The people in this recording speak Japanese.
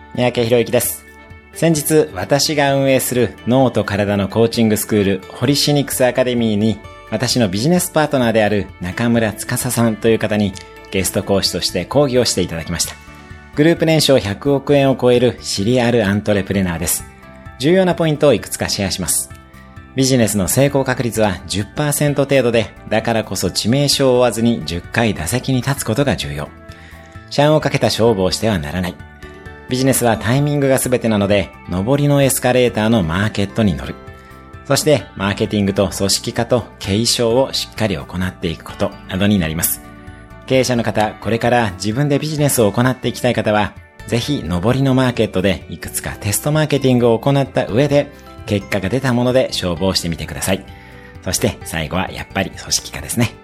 三宅博之です。先日、私が運営する脳と体のコーチングスクール、ホリシニクスアカデミーに、私のビジネスパートナーである中村司さんという方にゲスト講師として講義をしていただきました。グループ年商100億円を超えるシリアルアントレプレナーです。重要なポイントをいくつかシェアします。ビジネスの成功確率は 10% 程度で、だからこそ致命傷を負わずに10回打席に立つことが重要。シャンをかけた勝負をしてはならない。ビジネスはタイミングが全てなので、上りのエスカレーターのマーケットに乗る。そして、マーケティングと組織化と継承をしっかり行っていくことなどになります。経営者の方、これから自分でビジネスを行っていきたい方は、ぜひ上りのマーケットでいくつかテストマーケティングを行った上で、結果が出たもので勝負をしてみてください。そして最後はやっぱり組織化ですね。